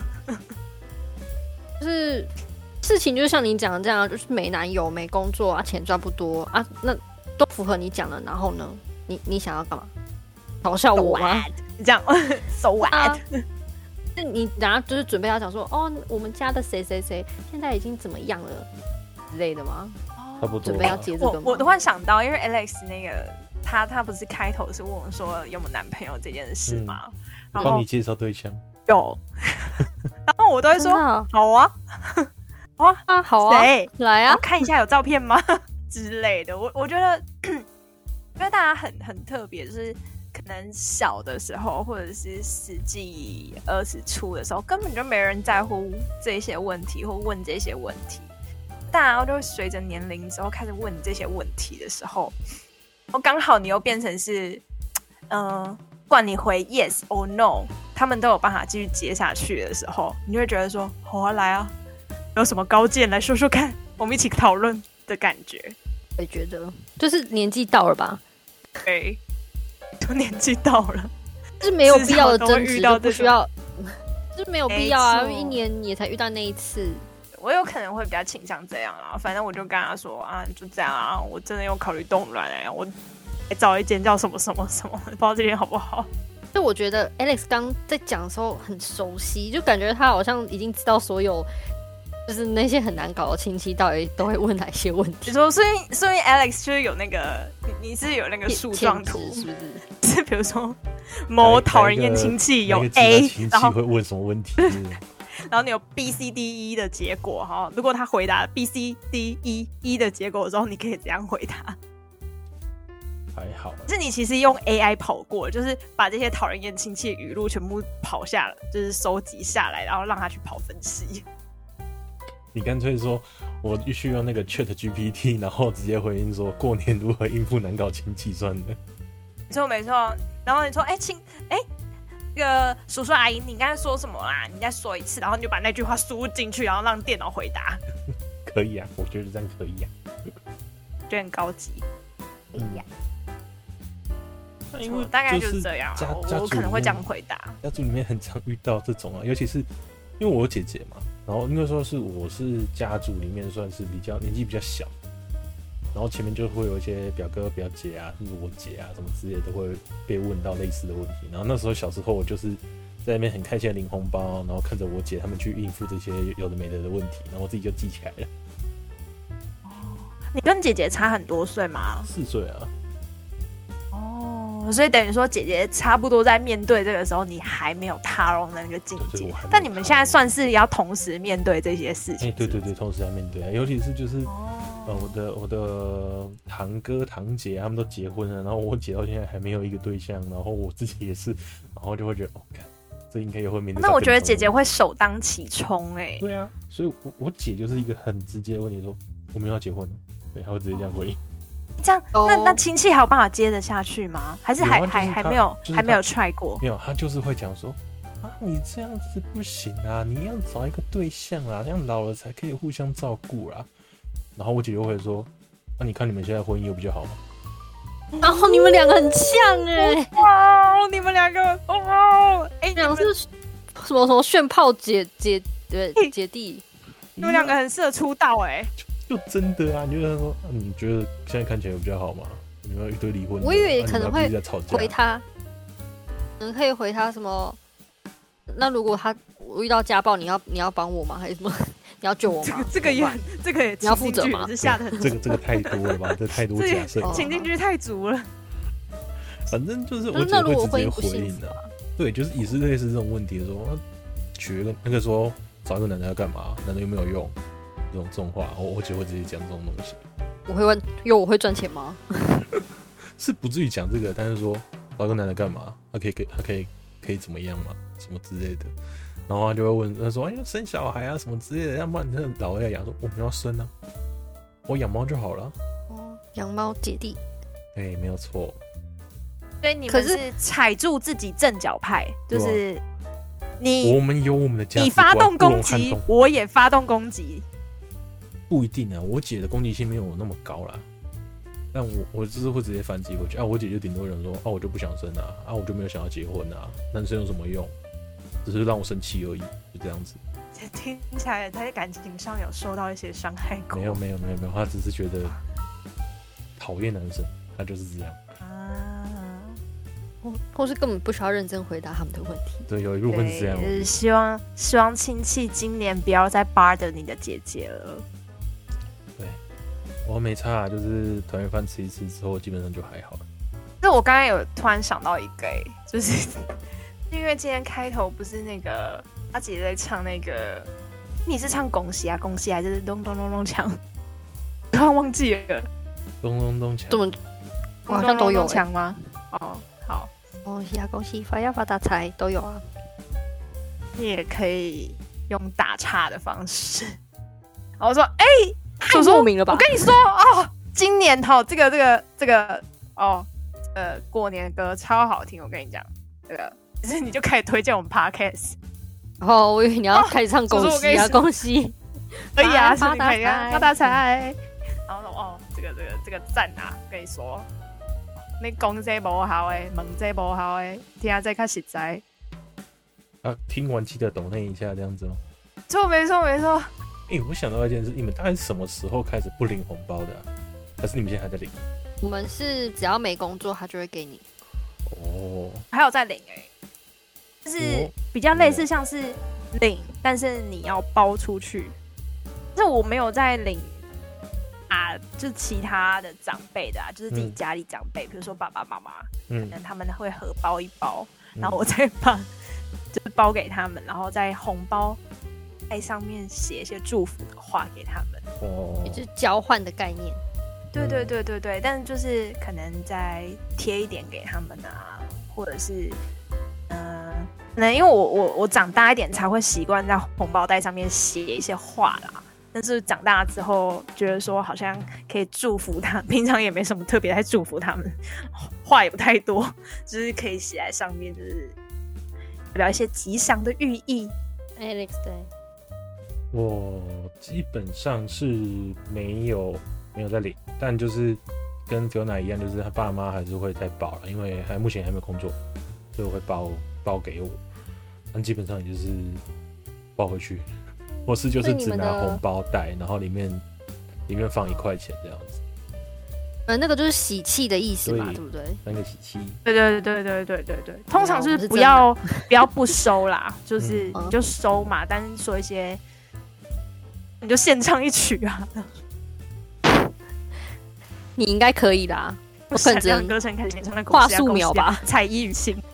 就是事情就像你讲的这样，就是没男友、没工作啊，钱赚不多啊，那都符合你讲的。然后呢，你想要干嘛？嘲笑我吗？ 这样 so what？ 那你等下就是准备要讲说，我们家的谁谁谁现在已经怎么样了之类的吗？ 差不多。 准备要接这个吗？ 我突然想到，因为 Alex 那个他不是开头是问我说有没有男朋友这件事吗？ 我帮你介绍对象。 有。然后我都会说好啊，好啊， 好啊， 谁来啊， 看一下有照片吗之类的。我觉得，因为大家很特别，就是可能小的时候或者是10几20出的时候，根本就没人在乎这些问题或问这些问题。大家就会随着年龄之后开始问这些问题的时候，刚好你又变成是，不管你回 yes or no， 他们都有办法继续接下去的时候，你就会觉得说，好啊，来啊，有什么高见来说说看，我们一起讨论的感觉。 我也觉得，就是年纪到了吧？ 对，就年纪到了， 就是没有必要的争执就不需要，就是没有必要啊，因为1年也才遇到那一次。 我有可能会比较倾向这样啊，反正我就跟他说就这样啊，我真的有考虑冻卵我找一间叫什么什么什么，不知道这间好不好。 就我觉得 Alex 刚在讲的时候很熟悉，就感觉他好像已经知道所有，就是那些很难搞的亲戚到底都会问哪些问题。 你说，所以 Alex 就是有那个，你是有那个树状图， 是不是？ 是比如说某讨人厌亲戚有 A， 然后会问什么问题？ 然后你有 B C D E 的结果哈，如果他回答 B C D E 的结果之后，你可以怎样回答？ 还好， 是你其实用 AI 跑过，就是把这些讨人厌亲戚的语录全部跑下来，就是收集下来，然后让他去跑分析。 你干脆说，我必须用那个 Chat GPT， 然后直接回应说，过年如何应付难搞亲戚算的。 没错。然后你说，那个叔叔阿姨，你刚才说什么啦？你再说一次，然后你就把那句话输入进去，然后让电脑回答。 可以啊，我觉得这样可以啊， 就很高级。 因为大概就是这样我可能会这样回答。 家族里面很常遇到这种尤其是因为我有姐姐嘛，然后因为说是我是家族里面算是比较年纪比较小，然后前面就会有一些表哥表姐啊，甚至我姐啊什么之类的都会被问到类似的问题。然后那时候小时候我就是在那边很开心的领红包，然后看着我姐他们去应付这些有的没的的问题，然后我自己就记起来了。 你跟姐姐差很多岁吗 ？4岁啊。 所以等于说姐姐差不多在面对这个时候，你还没有踏入那个境界。但你们现在算是要同时面对这些事情。 对，同时要面对尤其是就是我的堂哥堂姐他们都结婚了，然后我姐到现在还没有一个对象，然后我自己也是，然后就会觉得看这应该也会面对。 那我觉得姐姐会首当其冲对啊，所以我姐就是一个很直接的问题，说我们要结婚了，对，她会直接这样回应。 这样，那亲戚还有办法接得下去吗？还是还没有踹过？ 没有，他就是会讲说你这样子不行啊，你要找一个对象啊，这样老了才可以互相照顾啊。然后我姐就会说，你看你们现在婚姻有比较好吗？ 然后你们两个很像你们两个你们是什么炫炮姐弟？ 你们两个很适合出道就真的啊！你就说，你觉得现在看起来有比较好吗？你们有一堆离婚， 我以为可能会回他，可以回他什么？那如果我遇到家暴，你要帮我吗？还是什么？你要救我吗？ 这个也你要负责吗？ 这个太多了吧？这太多假设， 情境剧太足了。 反正就是我姐会直接回应的，对，就是也是类似这种问题的时候，娶那个说找一个男的要干嘛？男的有没有用？这种话，我姐会直接讲这种东西。 我会问，我会赚钱吗？ 是不至于讲这个，但是说找个男的干嘛？他可以怎么样嘛？什么之类的。 然后他就会问他说：“哎，要生小孩啊什么之类的，要不然你真的老了养说我们要生啊，我养猫就好了。” 哦，养猫姐弟， 哎，没有错。 所以你们是踩住自己正脚派，就是我们有我们的价值观， 你发动攻击，我也发动攻击。 不一定啊，我姐的攻击性没有我那么高啦。但我就是会直接反击回去啊！我姐就顶多人说啊，我就不想生啊，啊，我就没有想要结婚啊，男生有什么用？只是让我生气而已，就这样子。 听起来他在感情上有受到一些伤害过。 没有，他只是觉得讨厌男生，他就是这样啊， 或是根本不需要认真回答他们的问题。 对，有一部分是这样。 就是希望亲戚今年不要再bother你的姐姐了。 对，我没差啊，就是团圆饭吃一次之后，基本上就还好了。 那我刚刚有突然想到一个，就是因为今天开头不是那个阿姐在唱那个，你是唱恭喜啊恭喜还是咚咚咚咚锵？突然忘记了。 咚咚咚锵。 我好像都有锵吗？哦，好。 恭喜啊恭喜，发呀发大财都有啊。 你也可以用打岔的方式。然后我说， 太莫名了吧？ 我跟你说哦，今年这个哦，过年歌超好听，我跟你讲，这个其实你就开始推荐我们 podcast。 哦，我以为你要开始唱恭喜啊恭喜， 可以啊，发大财，发大财。然后说哦，这个赞啊，跟你说，你讲这不好诶，问这不好诶，听这较实在。 啊，听完记得抖内一下这样子吗？ 没错。 我想到一件事，你们大概是什么时候开始不领红包的啊？还是你们现在还在领？ 我们是只要没工作，他就会给你。 哦， 还有在领就是比较类似像是领，但是你要包出去。但是我没有在领啊，就是其他的长辈的啊，就是自己家里长辈，比如说爸爸妈妈，可能他们会合包一包，然后我再就是包给他们，然后在红包在上面写一些祝福的话给他们。 也就是交换的概念。 对，但是就是可能再贴一点给他们啊，或者是可能因为我长大一点才会习惯在红包袋上面写一些话啦。但是长大之后觉得说好像可以祝福他，平常也没什么特别在祝福他们，话也不太多，就是可以写在上面，就是代表一些吉祥的寓意。 Alex 对。 我基本上是没有在领，但就是跟 Fiona 一样，就是他爸妈还是会再包了，因为目前还没有工作，所以我会包给我，但基本上也就是包回去，或是就是只拿红包袋，然后里面放1块钱这样子。 那个就是喜气的意思嘛，对不对？ 那个喜气。 对，通常是不要不收啦，就是你就收嘛，但是说一些。你就现唱一曲啊！ 你应该可以啦。我可能歌声开始演唱那画素描吧， 彩衣语信。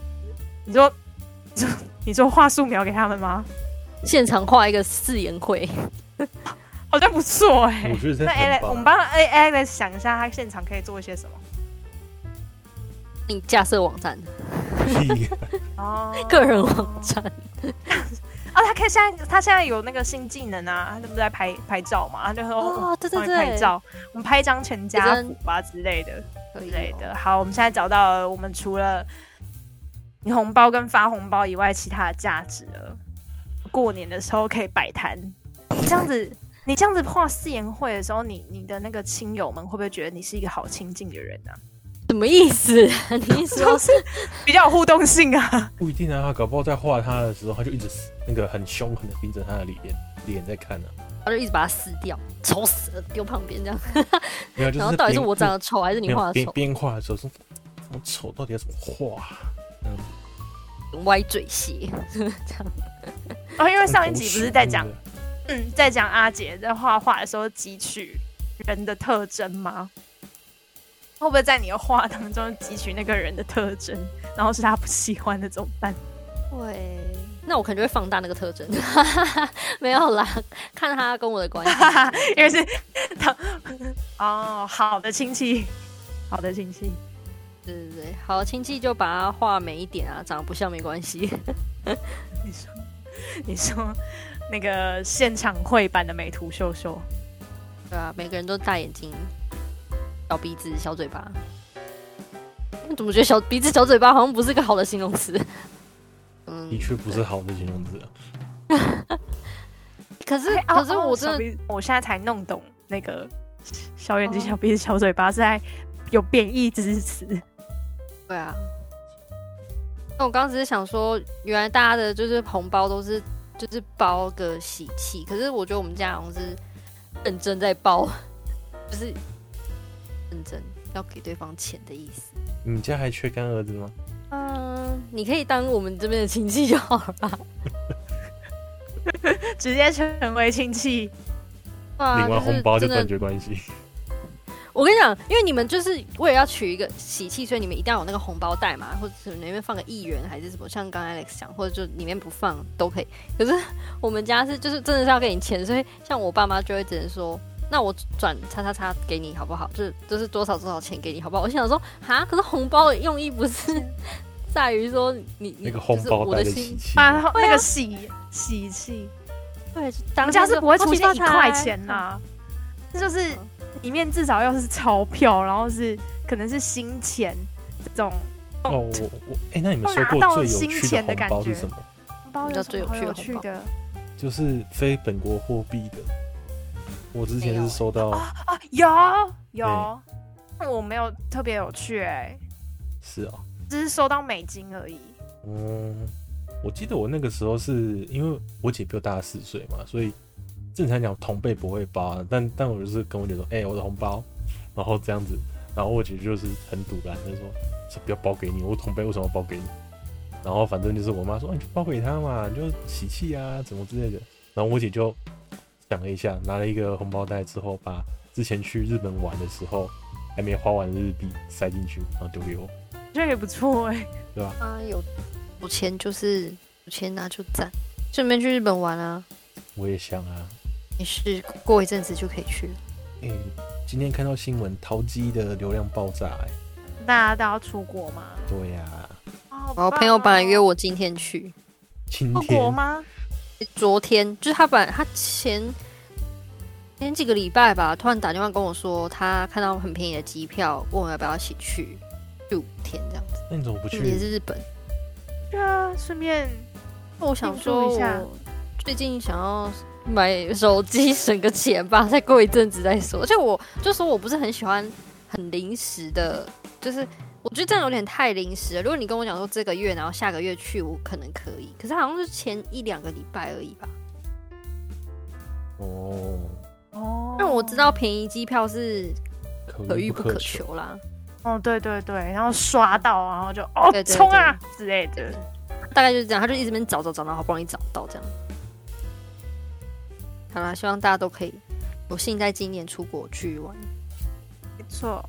你说画素描给他们吗？ 现场画一个4言会， 好像不错我觉得那我们帮 Alex 想一下，他现场可以做一些什么？ 你架设网站，个人网站。 他现在有那个新技能啊，他不是在拍照嘛？他就说对， 拍照，我们拍一张全家福吧之类的。好，我们现在找到了，我们除了你红包跟发红包以外，其他的价值了。过年的时候可以摆摊，你这样子画4言会的时候，你的那个亲友们会不会觉得你是一个好亲近的人啊？ 什么意思？你说是比较有互动性啊？ 不一定啊，他搞不好在画他的时候，他就一直那个很凶狠的盯着他的脸在看啊， 他就一直把他撕掉，丑死了，丢旁边这样。 没有，就是、 然后到底是我长得丑还是你画的丑？ 边画的时候说怎么丑，到底要怎么画？ 歪嘴斜这样。 因为上一集不是在讲，在讲阿姐在画画的时候汲取人的特征吗？会不会在你的画当中汲取那个人的特征，然后是他不喜欢的怎么办？ 会，那我可能就会放大那个特征。没有啦，看他跟我的关系， 因为是他好的亲戚， 对，好的亲戚就把他画美一点啊，长得不像没关系。 你说那个现场绘版的美图秀秀， 对啊，每个人都大眼睛、小鼻子、小嘴巴。你怎么觉得小鼻子、小嘴巴好像不是个好的形容词？ 的确不是好的形容词啊。 可是我真的， 我现在才弄懂那个小眼睛、小鼻子、小嘴巴是在有贬义之词。 对啊。那我刚刚只是想说，原来大家的就是红包都是就是包个喜气，可是我觉得我们家好像是认真在包，就是认真要给对方钱的意思。 你们家还缺干儿子吗？ 你可以当我们这边的亲戚就好了。 直接成为亲戚， 领完红包就断绝关系。 我跟你讲，因为你们就是为了要取一个喜气，所以你们一定要有那个红包袋嘛，或者是里面放个1元还是什么，像刚才 Alex 讲，或者就里面不放都可以。可是我们家是就是真的是要给你钱，所以像我爸妈就会只能说，那我转叉叉叉给你好不好？就是多少钱给你好不好？我想说，哈，可是红包的用意不是在于说你那个红包袋的喜气啊，那个喜气， 对， 当家是不会出现1块钱呐，这就是里面至少要是钞票，然后是可能是新钱这种。 哦，那你们收过最有趣的红包是什么？ 红包有最有趣的， 就是非本国货币的。我之前是收到有，我没有特别有趣是啊， 只是收到美金而已。 我记得我那个时候是因为我姐比我大4岁嘛，所以正常讲同辈不会包啊，但我就是跟我姐说，我的红包，然后这样子，然后我姐就是很堵然的说，不要包给你，我同辈为什么要包给你？然后反正就是我妈说，你就包给他嘛，你就喜气啊，怎么之类的。然后我姐就想了一下，拿了一个红包袋之后，把之前去日本玩的时候还没花完的日币塞进去，然后丢给我。 这也不错对吧？ 有钱就是有钱拿就赞，顺便去日本玩啊。 我也想啊， 没事，过一阵子就可以去了。 今天看到新闻，淘机的流量爆炸大家都要出国吗？ 对呀。 我朋友本来约我今天去。 今天？ 出国吗？ 昨天就是他前几个礼拜吧，突然打电话跟我说，他看到很便宜的机票，问我要不要一起去5天这样子。 那你怎么不去？ 也是日本。 对啊，顺便我想说，我最近想要买手机省个钱吧，再过一阵子再说。而且我就说我不是很喜欢很临时的，就是我觉得这样有点太临时了。如果你跟我讲说这个月，然后下个月去，我可能可以。可是好像是前1-2个礼拜而已吧。因为我知道便宜机票是可遇不可求啦。 对，然后刷到，然后就冲啊之类的， 大概就是这样。他就一直在那边找，然后好不容易找到这样。好啦，希望大家都可以有幸在今年出国去玩。 没错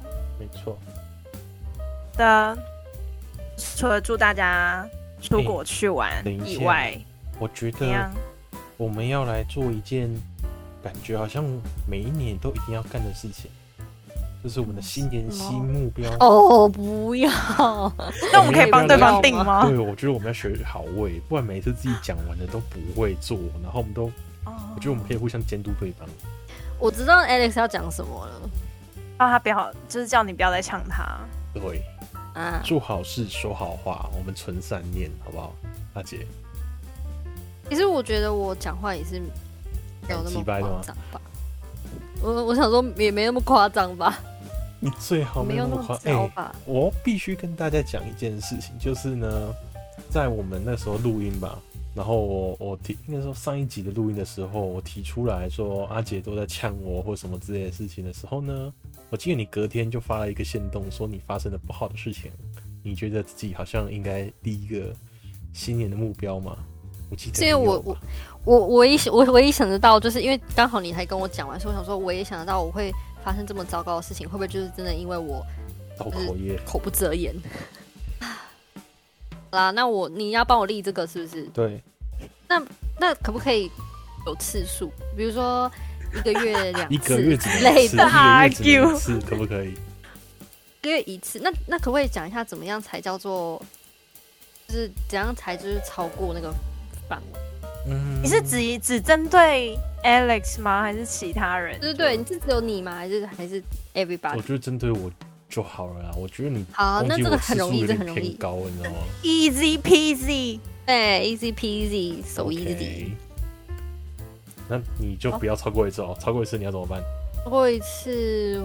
的。 除了祝大家出国去玩以外， 我觉得我们要来做一件感觉好像每一年都一定要干的事情。这是我们的新年新目标不要！ 那我们可以帮对方定吗？ 对，我觉得我们要学好位，不然每次自己讲完的都不会做，然后我们都，我觉得我们可以互相监督对方。 我知道 Alex 要讲什么了， 他不要，就是叫你不要再呛他。 对，做好事说好话，我们存善念，好不好，大姐？ 其实我觉得我讲话也是没有那么夸张吧。我想说也没那么夸张吧。 你最好没有那么夸张吧。我必须跟大家讲一件事情，就是呢，在我们那时候录音吧，然后我应该说上一集的录音的时候，我提出来说阿杰都在呛我或什么之类的事情的时候呢，我记得你隔天就发了一个限动，说你发生了不好的事情，你觉得自己好像应该立一个新年的目标嘛？我记得，因为我唯一想得到，就是因为刚好你还跟我讲完，所以我想说，我也想得到我会发生这么糟糕的事情，会不会就是真的因为我口不择言？好啦，那你要帮我立这个是不是？ 对。 那可不可以有次数？比如说1个月2次， 1个月只能类的 1次，可不可以？1 个月1次，那可不可以讲一下怎么样才叫做，就是怎样才就是超过那个范围？ 嗯， 你是只针对 Alex 吗？还是其他人？ 对，你是只有你吗？还是 everybody？ 我觉得针对我就好了啦。我觉得你好，那这个很容易，这这很容易高，你知道吗 Easy peasy。 对 ，easy peasy，so easy。 OK 那你就不要超过一次哦，超过一次你要怎么办？ 超过一次，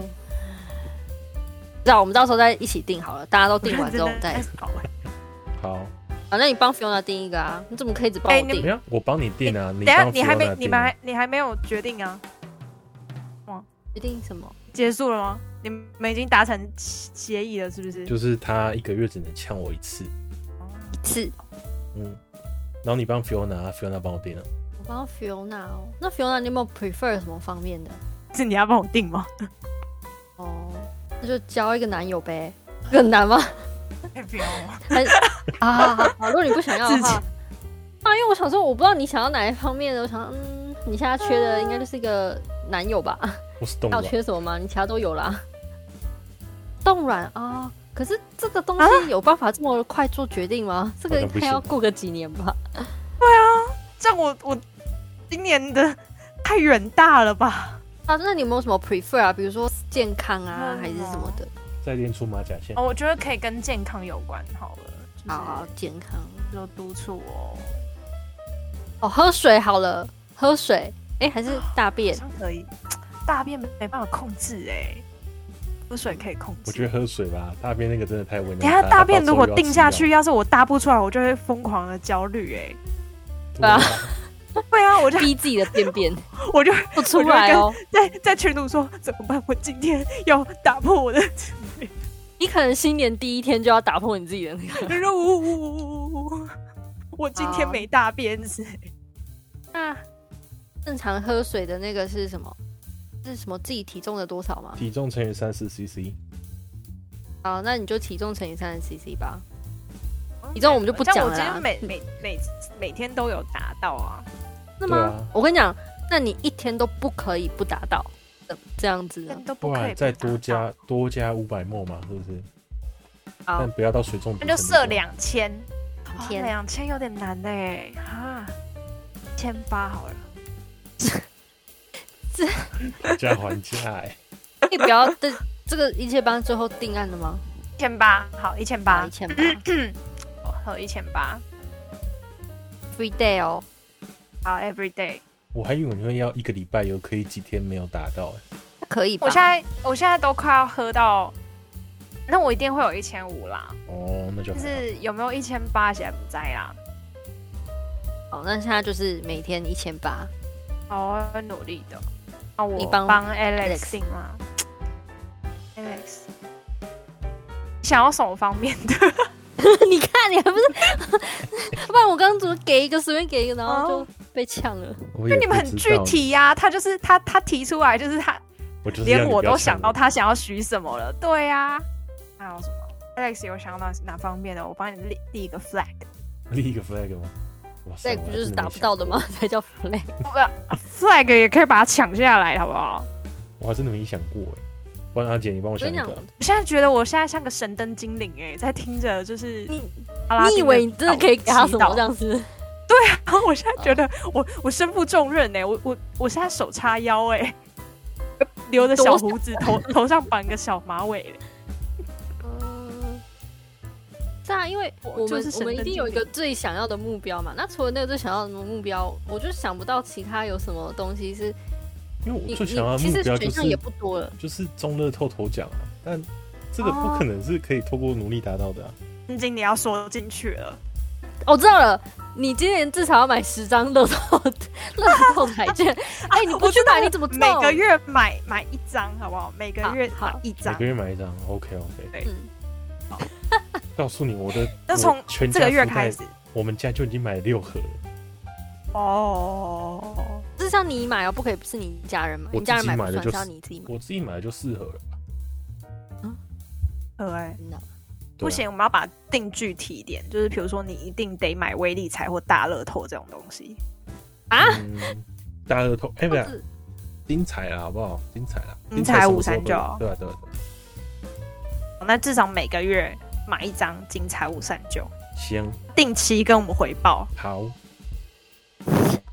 我们到时候再一起定好了，大家都定完之后我们再。 好， 啊，那你帮 Fiona 定一个啊？你怎么可以只帮我定？ 没有，我帮你定啊。 等一下帮你还没 Fiona 定啊你还没有决定啊？ 决定什么？ 结束了吗？你们已经达成协议了，是不是？ 就是他1个月只能呛我一次， 一次。 然后你帮 Fiona 帮我定了。 我帮 Fiona 哦，那 Fiona 你有没有 prefer 什么方面的？ 是你要帮我定吗？ 哦，那就交一个男友呗，很难吗？ 不要好，如果你不想要的话，因为我想说，我不知道你想要哪一方面的，我想，你现在缺的应该就是一个男友吧？ 我是动还有软， 缺什么吗？你其他都有啦。冻卵啊，可是这个东西有办法这么快做决定吗？这个应该要过个几年吧？ 这样我今年的太远大了吧？ 那你有没有什么 prefer 啊？比如说健康啊，还是什么的？ 再练出马甲线。 我觉得可以跟健康有关好了。 好，健康就督促我。 喝水好了，喝水，还是大便？ 好像可以，大便没办法控制喝水可以控制。 我觉得喝水吧，大便那个真的太为难。 等下大便如果定下去，要是我大不出来，我就会疯狂的焦虑对啊， 对啊，我就逼自己的便便， 我就不出来哦。 在群组说怎么办？我今天要打破我的。 你可能新年第一天就要打破你自己的那个。 我今天没大便子。 那正常喝水的那个是什么？是什么自己体重的多少吗？ 体重乘以30cc。 好，那你就体重乘以30cc 吧。体重我们就不讲了啦。 我今天每天都有达到啊。 是吗？我跟你讲，那你一天都不可以不达到，这样子呢？ 都不可以再多加500ml嘛，是不是？ 好， 但不要到水中。 那就设2000。 天 ，2000有点难1800好了。 加还价你不要这个一切帮最后定案了吗 ？1800好，1800。 1800， 好1800。 Free day 哦。 好 ，every day。 我还以为你会要1个礼拜有可以几天没有达到可以吧？ 我现在都快要喝到，那我一定会有1500啦。 哦，那就好。 就是有没有1800现在不在啦。 好，那现在就是每天1800。 我会努力的。我帮 Alex 定吗 ？Alex， 想要什么方面的？ 你看，你还不是？不然我刚刚怎么给一个，随便给一个，然后就被呛了。 就你们很具体呀，他就是他提出来，就是他，连我都想到他想要许什么了。对呀，还有什么 ？Alex 有想到哪方面的？我帮你立一个 flag。 立一个 flag 吗 ？flag 不就是达不到的吗？才叫 flag。 flag 也可以把它抢下来，好不好？ 我还真的没想过不然阿姐，你帮我想一个。 我现在觉得我现在像个神灯精灵在听着就是你以为你真的可以给他什么这样子？ 对啊，我现在觉得我身负重任我现在手叉腰留着小胡子，头上绑个小马尾。 是啊，因为我们一定有一个最想要的目标嘛。那除了那个最想要的目标，我就想不到其他有什么东西是。 因为我最想要的目标选项也不多了， 就是中乐透头奖但这个不可能是可以透过努力达到的今年你要说进去了。 我知道了，你今年至少要买10张乐透彩券。你不去买你怎么中？ 每个月买1张，好不好？每个月买1张， 每个月买1张。OK。 对。 好，告诉你我的， 那从这个月开始， 我们家就已经买了6盒了。 是像你买不可以是你家人买，你家人买不算，是要你自己买。 我自己买的就4盒了吧。不行，我们要把它定具体一点，就是比如说你一定得买威力彩或大乐透这种东西啊。 大乐透，不是精彩啦，好不好？精彩啦， 精彩539。 对。 那至少每个月买1张精彩539。 行， 定期跟我们回报。 好。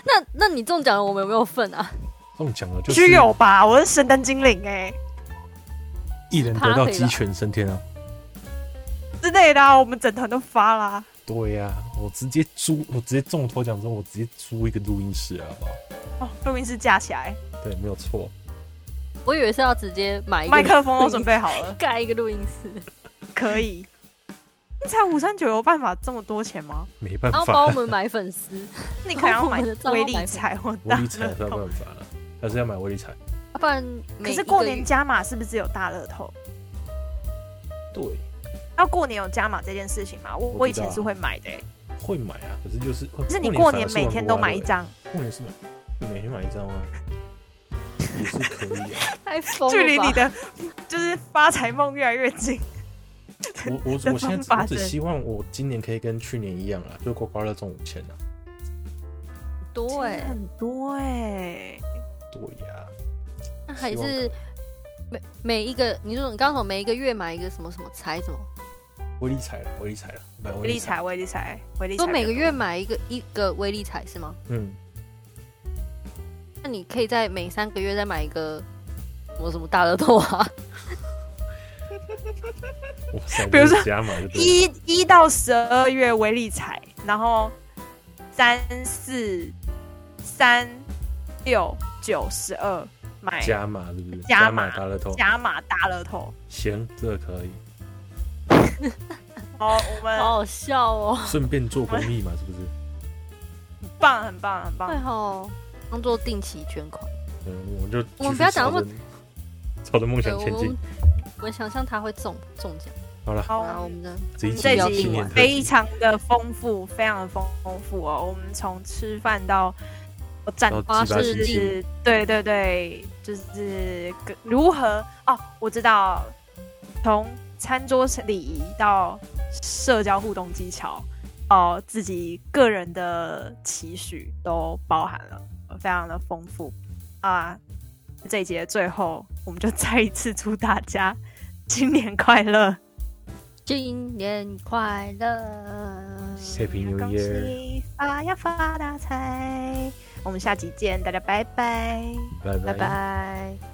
那你中奖了，我们有没有份啊？ 中奖了就是必须有吧？我是神灯精灵一人得到鸡犬升天啊！ 之类的啊，我们整团都发啦。 对呀、我直接中了头奖之后，我直接租一个录音室了，好不好？ 哦，录音室架起来， 对，没有错。 我以为是要直接买一个麦克风都准备好了， 盖一个录音室， 可以。你才539有办法这么多钱吗？ 没办然后帮我法， 们买粉丝， 你可能要买我们的账号威力彩或威大力彩是要乐透办法了，还是要买威力彩？ 不然可是过年加码是不是有大乐透？ 对， 要过年有加码这件事情吗？我以前是会买的、 会买啊，可是就是可是你过年每天都买一张， 过年是每天买一张吗？也是可以啊。 太疯了吧， 距离你的就是发财梦越来越近。 我的现方法是在我只希望我今年可以跟去年一样啊，就刮刮乐中5000啊。 多哎、 很多哎、 对呀、 那还是每一个，你说你刚刚说每一个月买一个什么什么彩什么， 威力彩了，买威力彩，威力彩，威力彩。 说每个月买一个威力彩是吗？ 嗯， 那你可以在每3个月再买一个什么大乐透啊？ 哇塞， 比如说加码就对了 1到12月威力彩，然后3、4、3、6、9、12买加码是不是？ 加码大乐透， 加码大乐透。 行，这个可以， 哦，我们好好笑哦， 顺便做公益嘛，是不是？ 很棒，很棒，很对棒。 吼，当做定期捐款。 嗯，我们就我们不要讲那么朝着梦对， 想前进。 我们想象他会中奖。 好了， 好然后我们的这一集这集要定完非常的丰富，非常的丰富哦。我们从吃饭到战到花鸡巴式心境是，对，就是如何哦，我知道，从餐桌礼仪到社交互动技巧，哦，自己个人的期许都包含了，非常的丰富啊。这一集的最后，我们就再一次祝大家新年快乐！ 新年快乐 Happy New 恭 Year 喜发大财！我们下集见，大家拜拜， 拜拜拜。